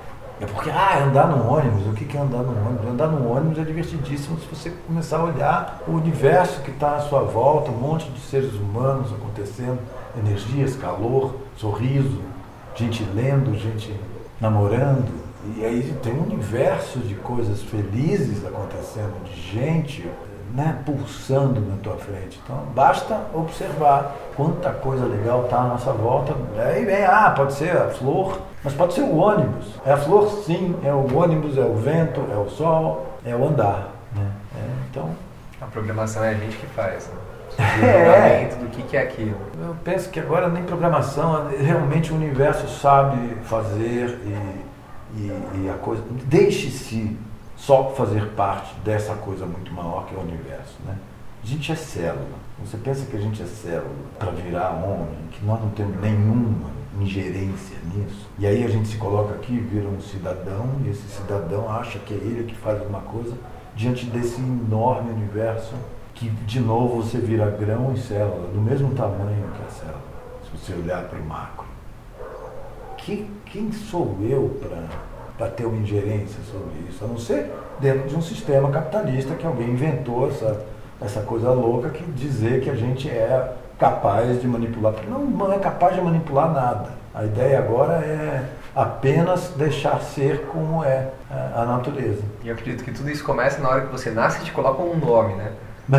[SPEAKER 2] É porque, ah, andar no ônibus, o que é andar no ônibus? Andar no ônibus é divertidíssimo se você começar a olhar o universo que está à sua volta, um monte de seres humanos acontecendo, energias, calor, sorriso, gente lendo, gente namorando, e aí tem um universo de coisas felizes acontecendo, de gente, né, pulsando na tua frente. Então basta observar quanta coisa legal está à nossa volta. Aí vem, ah, pode ser a flor, mas pode ser o ônibus. É a flor, sim, é o ônibus, é o vento, é o sol, é o andar, né? É, então
[SPEAKER 1] a programação é a gente que faz, né?
[SPEAKER 2] É.
[SPEAKER 1] Do que, que é aquilo.
[SPEAKER 2] Eu penso que agora nem programação, realmente o universo sabe fazer e, e, e a coisa. Deixe-se só fazer parte dessa coisa muito maior que é o universo, né? A gente é célula. Você pensa que a gente é célula para virar homem, que nós não temos nenhuma ingerência nisso. E aí a gente se coloca aqui, vira um cidadão, e esse cidadão acha que é ele que faz alguma coisa diante desse enorme universo que, de novo, você vira grão e célula, do mesmo tamanho que a célula, se você olhar para o macro. Que, quem sou eu para ter uma ingerência sobre isso? A não ser dentro de um sistema capitalista que alguém inventou essa, essa coisa louca que dizer que a gente é capaz de manipular. Não, não é capaz de manipular nada. A ideia agora é apenas deixar ser como é a natureza.
[SPEAKER 1] E eu acredito que tudo isso começa na hora que você nasce e te colocam um nome, né?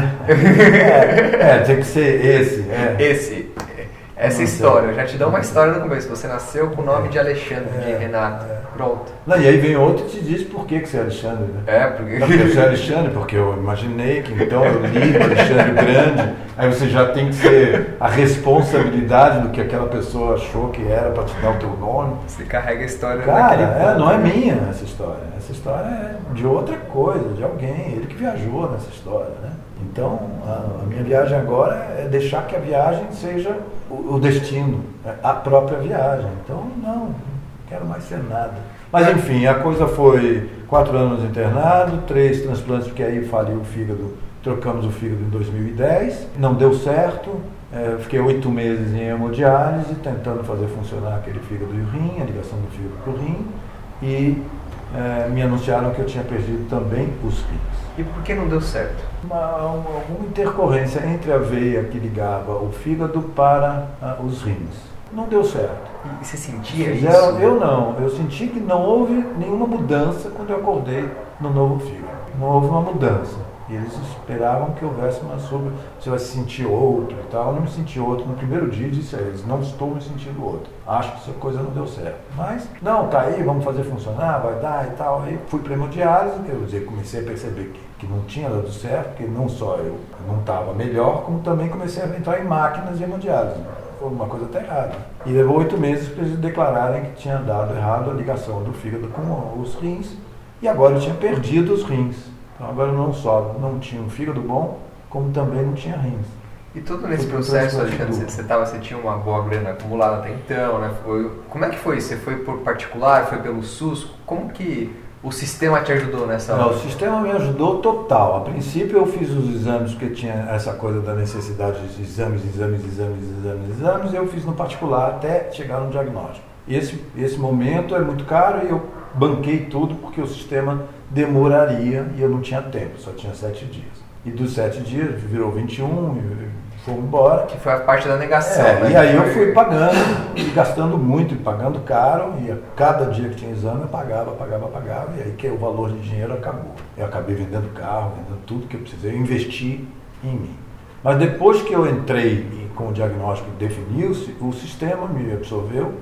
[SPEAKER 2] é, é, tem que ser esse. É.
[SPEAKER 1] Esse. Essa não história. Eu já te dou uma história no começo. Você nasceu com o nome de Alexandre, é, de Renato. É. Pronto.
[SPEAKER 2] Não, e aí vem outro e te diz por que, que você é Alexandre, né?
[SPEAKER 1] É, porque...
[SPEAKER 2] Não, porque você é Alexandre, porque eu imaginei que então eu li o Alexandre Grande, aí você já tem que ser a responsabilidade do que aquela pessoa achou que era para te dar o teu nome.
[SPEAKER 1] Você carrega a história
[SPEAKER 2] Cara, é, não é minha essa história. Essa história é de outra coisa, de alguém, ele que viajou nessa história, né? Então, a, a minha viagem agora é deixar que a viagem seja o, o destino, a própria viagem. Então, não, não quero mais ser nada. Mas, enfim, a coisa foi quatro anos internado, três transplantes, porque aí faliu o fígado, trocamos o fígado em dois mil e dez, não deu certo, é, fiquei oito meses em hemodiálise, tentando fazer funcionar aquele fígado e o rim, a ligação do fígado para o rim, e é, me anunciaram que eu tinha perdido também os rins.
[SPEAKER 1] E por que não deu certo?
[SPEAKER 2] Uma, uma, uma intercorrência entre a veia que ligava o fígado para uh, os rins. Não deu certo.
[SPEAKER 1] E você sentia
[SPEAKER 2] Fizeram,
[SPEAKER 1] isso?
[SPEAKER 2] Eu não. Eu senti que não houve nenhuma mudança quando eu acordei no novo fígado. Não houve uma mudança. E eles esperavam que houvesse uma sobre... Você vai se sentir outro e tal. Eu não me senti outro. No primeiro dia disse a eles, não estou me sentindo outro. Acho que essa coisa não deu certo. Mas, não, tá aí, vamos fazer funcionar, vai dar e tal. Aí fui para a hemodiálise, quer dizer, comecei a perceber que, que não tinha dado certo, que não só eu não estava melhor, como também comecei a entrar em máquinas de hemodiálise. Foi uma coisa até errada. E levou oito meses para eles declararem que tinha dado errado a ligação do fígado com os rins. E agora eu tinha perdido os rins. Então agora não só não tinha um fígado bom, como também não tinha rins.
[SPEAKER 1] E tudo nesse foi processo, Alexandre, você, você, tava, você tinha uma boa grana acumulada até então, né? Foi, como é que foi? Você foi por particular, foi pelo SUS? Como que o sistema te ajudou nessa hora?
[SPEAKER 2] Não, o sistema me ajudou total. A princípio eu fiz os exames, porque tinha essa coisa da necessidade de exames, exames, exames, exames, exames, e eu fiz no particular até chegar no diagnóstico. Esse, esse momento é muito caro e eu banquei tudo porque o sistema demoraria e eu não tinha tempo, só tinha sete dias. E dos sete dias virou vinte e um e fomos embora.
[SPEAKER 1] Que foi a parte da negação.
[SPEAKER 2] É,
[SPEAKER 1] né?
[SPEAKER 2] E aí eu fui pagando, e gastando muito, e pagando caro, e a cada dia que tinha exame eu pagava, pagava, pagava, e aí que o valor de dinheiro acabou. Eu acabei vendendo carro, vendendo tudo que eu precisei, eu investi em mim. Mas depois que eu entrei com o diagnóstico e definiu-se, o sistema me absorveu,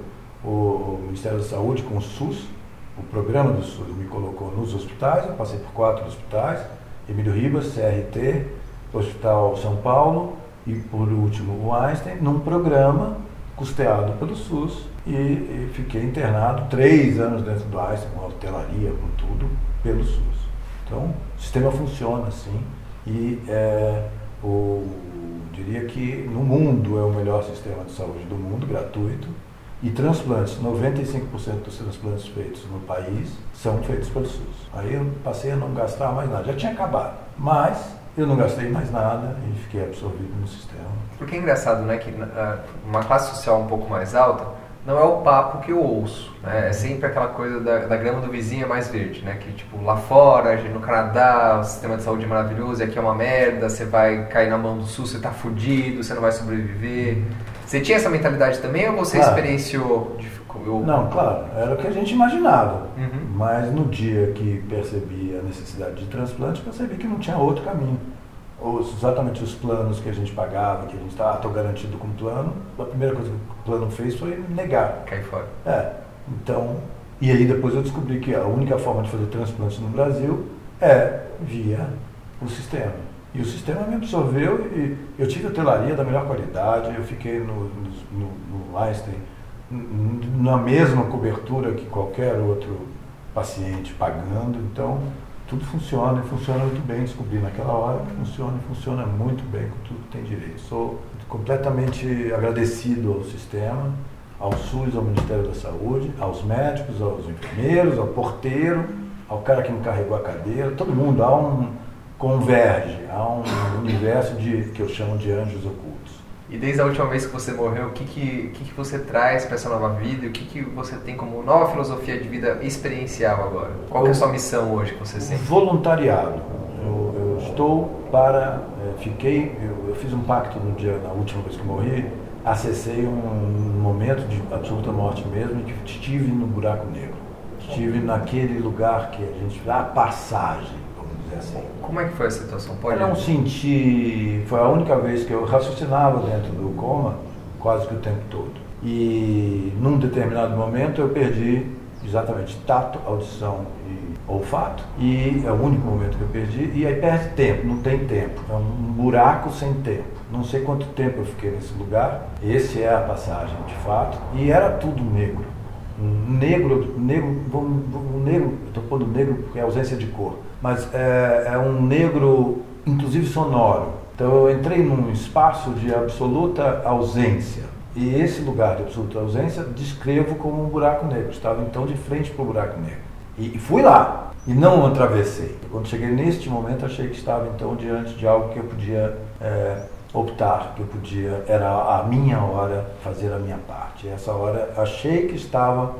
[SPEAKER 2] o Ministério da Saúde com o SUS, o programa do SUS me colocou nos hospitais, eu passei por quatro hospitais, Emílio Ribas, C R T, Hospital São Paulo e, por último, o Einstein, num programa custeado pelo SUS e, e fiquei internado três anos dentro do Einstein, com hotelaria, com tudo, pelo SUS. Então, o sistema funciona assim e é, o, diria que no mundo é o melhor sistema de saúde do mundo, gratuito. E transplantes, noventa e cinco por cento dos transplantes feitos no país são feitos pelo SUS. Aí eu passei a não gastar mais nada, já tinha acabado, mas eu não gastei mais nada e fiquei absorvido no sistema.
[SPEAKER 1] Porque é engraçado, né, que uma classe social um pouco mais alta não é o papo que eu ouço, né? É sempre aquela coisa da, da grama do vizinho é mais verde, né? Que tipo, lá fora, no Canadá, o sistema de saúde é maravilhoso e aqui é uma merda, você vai cair na mão do SUS, você tá fudido, você não vai sobreviver. Você tinha essa mentalidade também ou você claro. experienciou
[SPEAKER 3] Eu...
[SPEAKER 2] Não, claro, era o que a gente imaginava.
[SPEAKER 3] Uhum.
[SPEAKER 2] Mas no dia que percebi a necessidade de transplante, percebi que não tinha outro caminho. Os, exatamente os planos que a gente pagava, que a gente estava, ah, estou garantido com o plano, a primeira coisa que o plano fez foi negar.
[SPEAKER 3] Cair fora.
[SPEAKER 2] É, então, e aí depois eu descobri que a única forma de fazer transplante no Brasil é via o sistema. E o sistema me absorveu e eu tive hotelaria da melhor qualidade, eu fiquei no, no, no Einstein na mesma cobertura que qualquer outro paciente pagando, então tudo funciona e funciona muito bem. Descobri naquela hora que funciona e funciona muito bem com tudo que tem direito. Sou completamente agradecido ao sistema, ao SUS, ao Ministério da Saúde, aos médicos, aos enfermeiros, ao porteiro, ao cara que me carregou a cadeira, todo mundo. Há um converge, há um universo de, que eu chamo de anjos ocultos.
[SPEAKER 3] E desde a última vez que você morreu, o que, que, que, que você traz para essa nova vida? O que, que você tem como nova filosofia de vida experiencial agora? Qual que é a sua missão hoje que você sente?
[SPEAKER 2] Voluntariado. Eu, eu estou para... É, fiquei... Eu, eu fiz um pacto no dia, na última vez que morri, acessei um momento de absoluta morte mesmo, que estive no buraco negro. Estive naquele lugar que a gente... A passagem, vamos dizer assim.
[SPEAKER 3] Como é que foi a situação? Pode
[SPEAKER 2] Eu não senti... Foi a única vez que eu raciocinava dentro do coma, quase que o tempo todo. E num determinado momento eu perdi exatamente tato, audição e olfato. E é o único momento que eu perdi. E aí perde tempo, não tem tempo. É um buraco sem tempo. Não sei quanto tempo eu fiquei nesse lugar. Esse é a passagem, de fato. E era tudo negro. Um negro, negro, um negro, estou pondo negro porque é ausência de cor, mas é, é um negro, inclusive sonoro. Então eu entrei num espaço de absoluta ausência. E esse lugar de absoluta ausência descrevo como um buraco negro. Estava então de frente para o buraco negro. E, e fui lá, e não o atravessei. Quando cheguei neste momento, achei que estava então diante de algo que eu podia é, optar, que eu podia, era a minha hora fazer a minha parte. E essa hora achei que estava,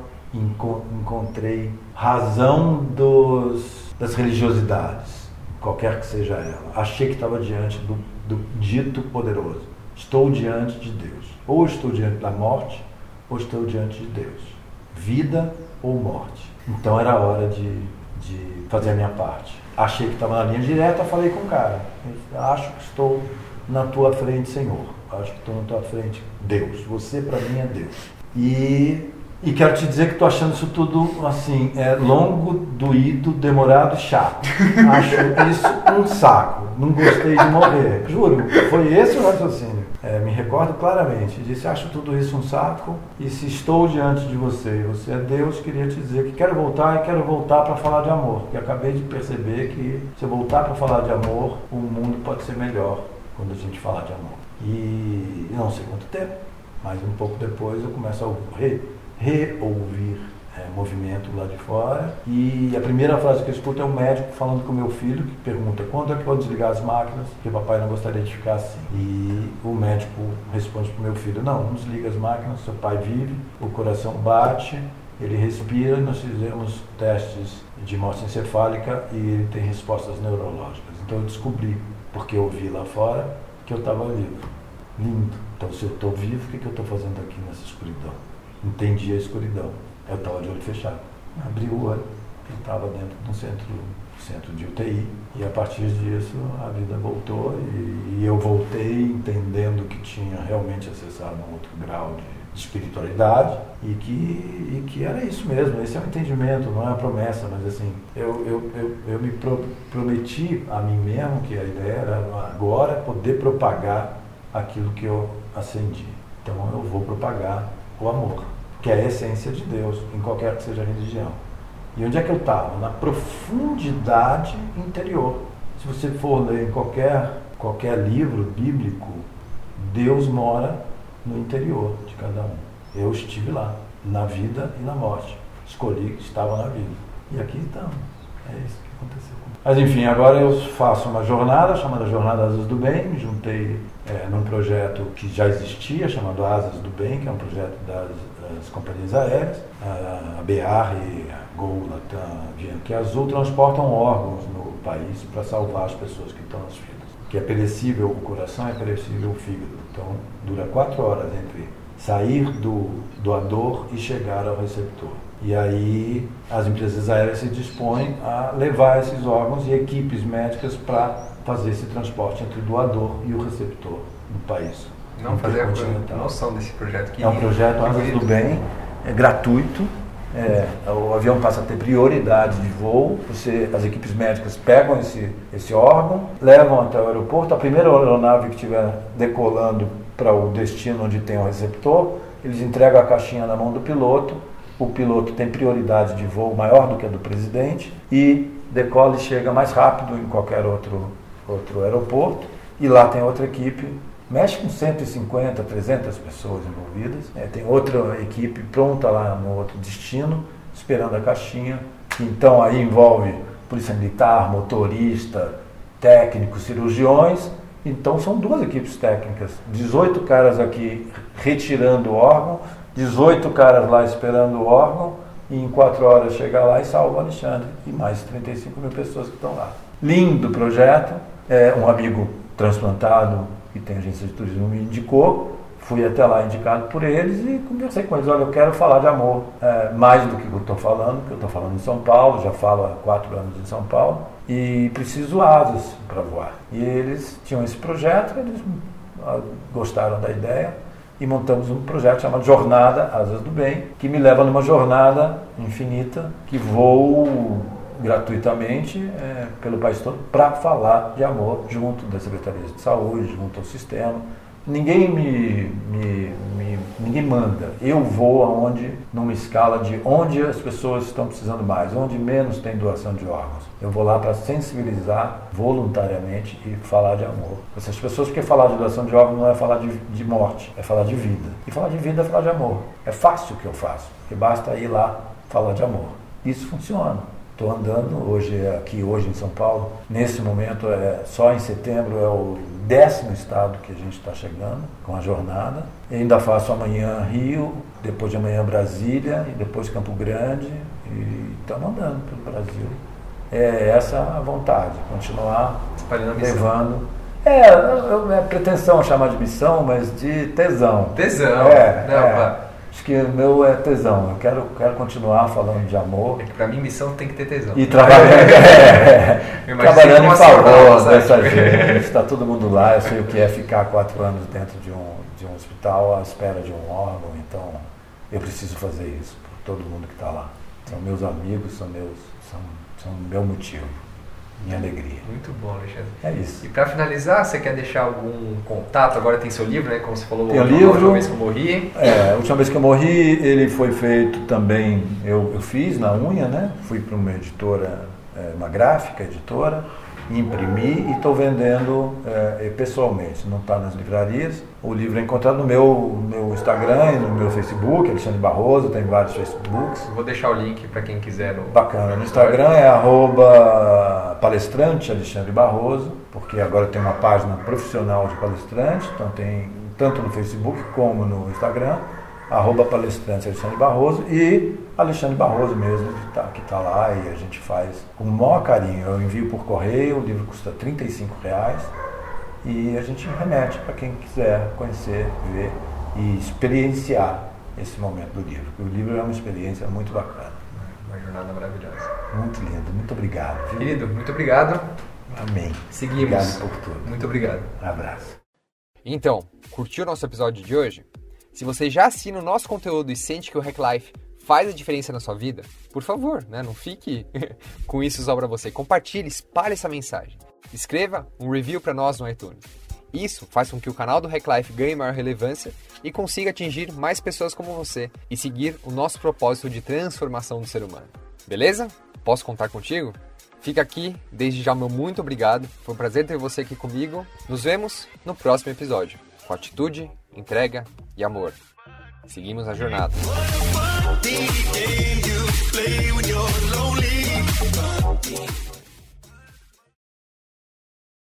[SPEAKER 2] encontrei razão dos, das religiosidades, qualquer que seja ela. Achei que estava diante do, do dito poderoso. Estou diante de Deus. Ou estou diante da morte, ou estou diante de Deus. Vida ou morte. Então era a hora de, de fazer a minha parte. Achei que estava na linha direta, falei com o cara. Acho que estou na tua frente, Senhor. Acho que estou na tua frente, Deus. Você para mim é Deus. E, e quero te dizer que estou achando isso tudo assim, é longo, doído, demorado e chato. Acho isso um saco. Não gostei de morrer. Juro, foi esse o raciocínio. É, me recordo claramente. Disse, acho tudo isso um saco e se estou diante de você e você é Deus, queria te dizer que quero voltar e quero voltar para falar de amor. Porque acabei de perceber que se eu voltar para falar de amor, o mundo pode ser melhor quando a gente falar de amor. E não sei quanto tempo, mas um pouco depois eu começo a re, reouvir é, movimento lá de fora. E a primeira frase que eu escuto é o médico falando com o meu filho, que pergunta quando é que eu vou desligar as máquinas, porque o papai não gostaria de ficar assim. E o médico responde para o meu filho, não, não desliga as máquinas, seu pai vive, o coração bate, ele respira, nós fizemos testes de morte encefálica e ele tem respostas neurológicas. Então eu descobri, porque eu vi lá fora, que eu estava vivo. Lindo. Então se eu estou vivo, o que, que eu estou fazendo aqui nessa escuridão? Entendi a escuridão. Eu estava de olho fechado. Abri o olho, eu estava dentro de um centro, centro de U T I. E a partir disso a vida voltou e, e eu voltei entendendo que tinha realmente acessado um outro grau de de espiritualidade e que, e que era isso mesmo, esse é um entendimento, não é uma promessa, mas assim, eu, eu, eu, eu me pro, prometi a mim mesmo que a ideia era agora poder propagar aquilo que eu acendi. Então eu vou propagar o amor, que é a essência de Deus, em qualquer que seja a religião. E onde é que eu estava? Na profundidade interior. Se você for ler em qualquer, qualquer livro bíblico, Deus mora no interior de cada um. Eu estive lá, na vida e na morte. Escolhi que estava na vida. E aqui estamos. É isso que aconteceu. Mas enfim, agora eu faço uma jornada chamada Jornada Asas do Bem. Me juntei é, num projeto que já existia, chamado Asas do Bem, que é um projeto das, das companhias aéreas. A B R e a Gol, Latam, Avianca Azul transportam órgãos no país para salvar as pessoas que estão nas filas. Que é perecível o coração, é perecível o fígado. Então, dura quatro horas entre sair do doador e chegar ao receptor. E aí as empresas aéreas se dispõem a levar esses órgãos e equipes médicas para fazer esse transporte entre o doador e o receptor no país.
[SPEAKER 3] Não fazer a noção desse projeto. Que
[SPEAKER 2] é um projeto Asas do Bem, é gratuito, é, o avião passa a ter prioridade de voo, você, as equipes médicas pegam esse, esse órgão, levam até o aeroporto, a primeira aeronave que estiver decolando para o destino onde tem o receptor, eles entregam a caixinha na mão do piloto, o piloto tem prioridade de voo maior do que a do presidente e decola e chega mais rápido em qualquer outro, outro aeroporto, e lá tem outra equipe. Mexe com cento e cinquenta, trezentas pessoas envolvidas. É, tem outra equipe pronta lá no outro destino, esperando a caixinha. Então aí envolve polícia militar, motorista, técnicos, cirurgiões. Então são duas equipes técnicas. dezoito caras aqui retirando o órgão, dezoito caras lá esperando o órgão, e em quatro horas chega lá e salva o Alexandre. E mais trinta e cinco mil pessoas que estão lá. Lindo projeto. É, um amigo transplantado que tem agência de turismo me indicou, fui até lá indicado por eles e conversei com eles. Olha, eu quero falar de amor, é, mais do que eu estou falando, que eu estou falando em São Paulo, já falo há quatro anos em São Paulo, e preciso asas para voar. E eles tinham esse projeto, eles gostaram da ideia e montamos um projeto chamado Jornada Asas do Bem, que me leva numa jornada infinita, que voo gratuitamente é, pelo país todo para falar de amor junto das secretarias de saúde, junto ao sistema. Ninguém me, me, me ninguém manda. Eu vou aonde, numa escala de onde as pessoas estão precisando mais, onde menos tem doação de órgãos. Eu vou lá para sensibilizar voluntariamente e falar de amor. Essas pessoas, porque falar de doação de órgãos não é falar de, de morte, é falar de vida. E falar de vida é falar de amor. É fácil o que eu faço, porque basta ir lá falar de amor. Isso funciona. Estou andando hoje aqui hoje em São Paulo. Nesse momento, é, só em setembro, é o décimo estado que a gente está chegando com a jornada. E ainda faço amanhã Rio, depois de amanhã Brasília e depois Campo Grande. E estamos andando pelo Brasil. É essa a vontade, continuar levando. É, é pretensão chamar de missão, mas de tesão.
[SPEAKER 3] Tesão.
[SPEAKER 2] É,
[SPEAKER 3] Não,
[SPEAKER 2] é. Acho que o meu é tesão. Eu quero, quero continuar falando de amor.
[SPEAKER 3] É que pra mim missão tem que ter tesão.
[SPEAKER 2] E trabalhando, é, trabalhando em favor dessa gente. Está todo mundo lá. Eu sei o que é ficar quatro anos dentro de um, de um hospital à espera de um órgão. Então, eu preciso fazer isso por todo mundo que está lá. São meus amigos, são meus, são, são meu motivo. Minha alegria.
[SPEAKER 3] Muito bom, Alexandre.
[SPEAKER 2] É isso.
[SPEAKER 3] E para finalizar, você quer deixar algum contato? Agora tem seu livro, né? Como você falou,
[SPEAKER 2] tem o livro,
[SPEAKER 3] a última vez que eu morri.
[SPEAKER 2] É, a última vez que eu morri, ele foi feito também, eu, eu fiz na unha, né? Fui para uma editora, é, uma gráfica editora, imprimi e estou vendendo é, pessoalmente, não está nas livrarias. O livro é encontrado no meu, meu Instagram e no meu Facebook, Alexandre Barroso, tem vários Facebooks.
[SPEAKER 3] Vou deixar o link para quem quiser. No...
[SPEAKER 2] Bacana, no Instagram é arroba palestrante Alexandre Barroso, porque agora tem uma página profissional de palestrante, então tem tanto no Facebook como no Instagram, arroba palestrante Alexandre Barroso e Alexandre Barroso mesmo, que está que tá lá e a gente faz com o maior carinho. Eu envio por correio, o livro custa trinta e cinco reais e a gente remete para quem quiser conhecer, ver e experienciar esse momento do livro. O livro é uma experiência muito bacana.
[SPEAKER 3] Uma jornada maravilhosa.
[SPEAKER 2] Muito lindo, muito obrigado. Viu?
[SPEAKER 3] Querido, muito obrigado.
[SPEAKER 2] Amém.
[SPEAKER 3] Seguimos.
[SPEAKER 2] Obrigado por tudo.
[SPEAKER 3] Muito obrigado.
[SPEAKER 2] Um abraço.
[SPEAKER 1] Então, curtiu o nosso episódio de hoje? Se você já assina o nosso conteúdo e sente que o Hack Life faz a diferença na sua vida, por favor, né? Não fique com isso só para você. Compartilhe, espalhe essa mensagem. Escreva um review para nós no iTunes. Isso faz com que o canal do Hack Life ganhe maior relevância e consiga atingir mais pessoas como você e seguir o nosso propósito de transformação do ser humano. Beleza? Posso contar contigo? Fica aqui, desde já meu muito obrigado. Foi um prazer ter você aqui comigo. Nos vemos no próximo episódio. Com atitude, entrega e amor. Seguimos a jornada.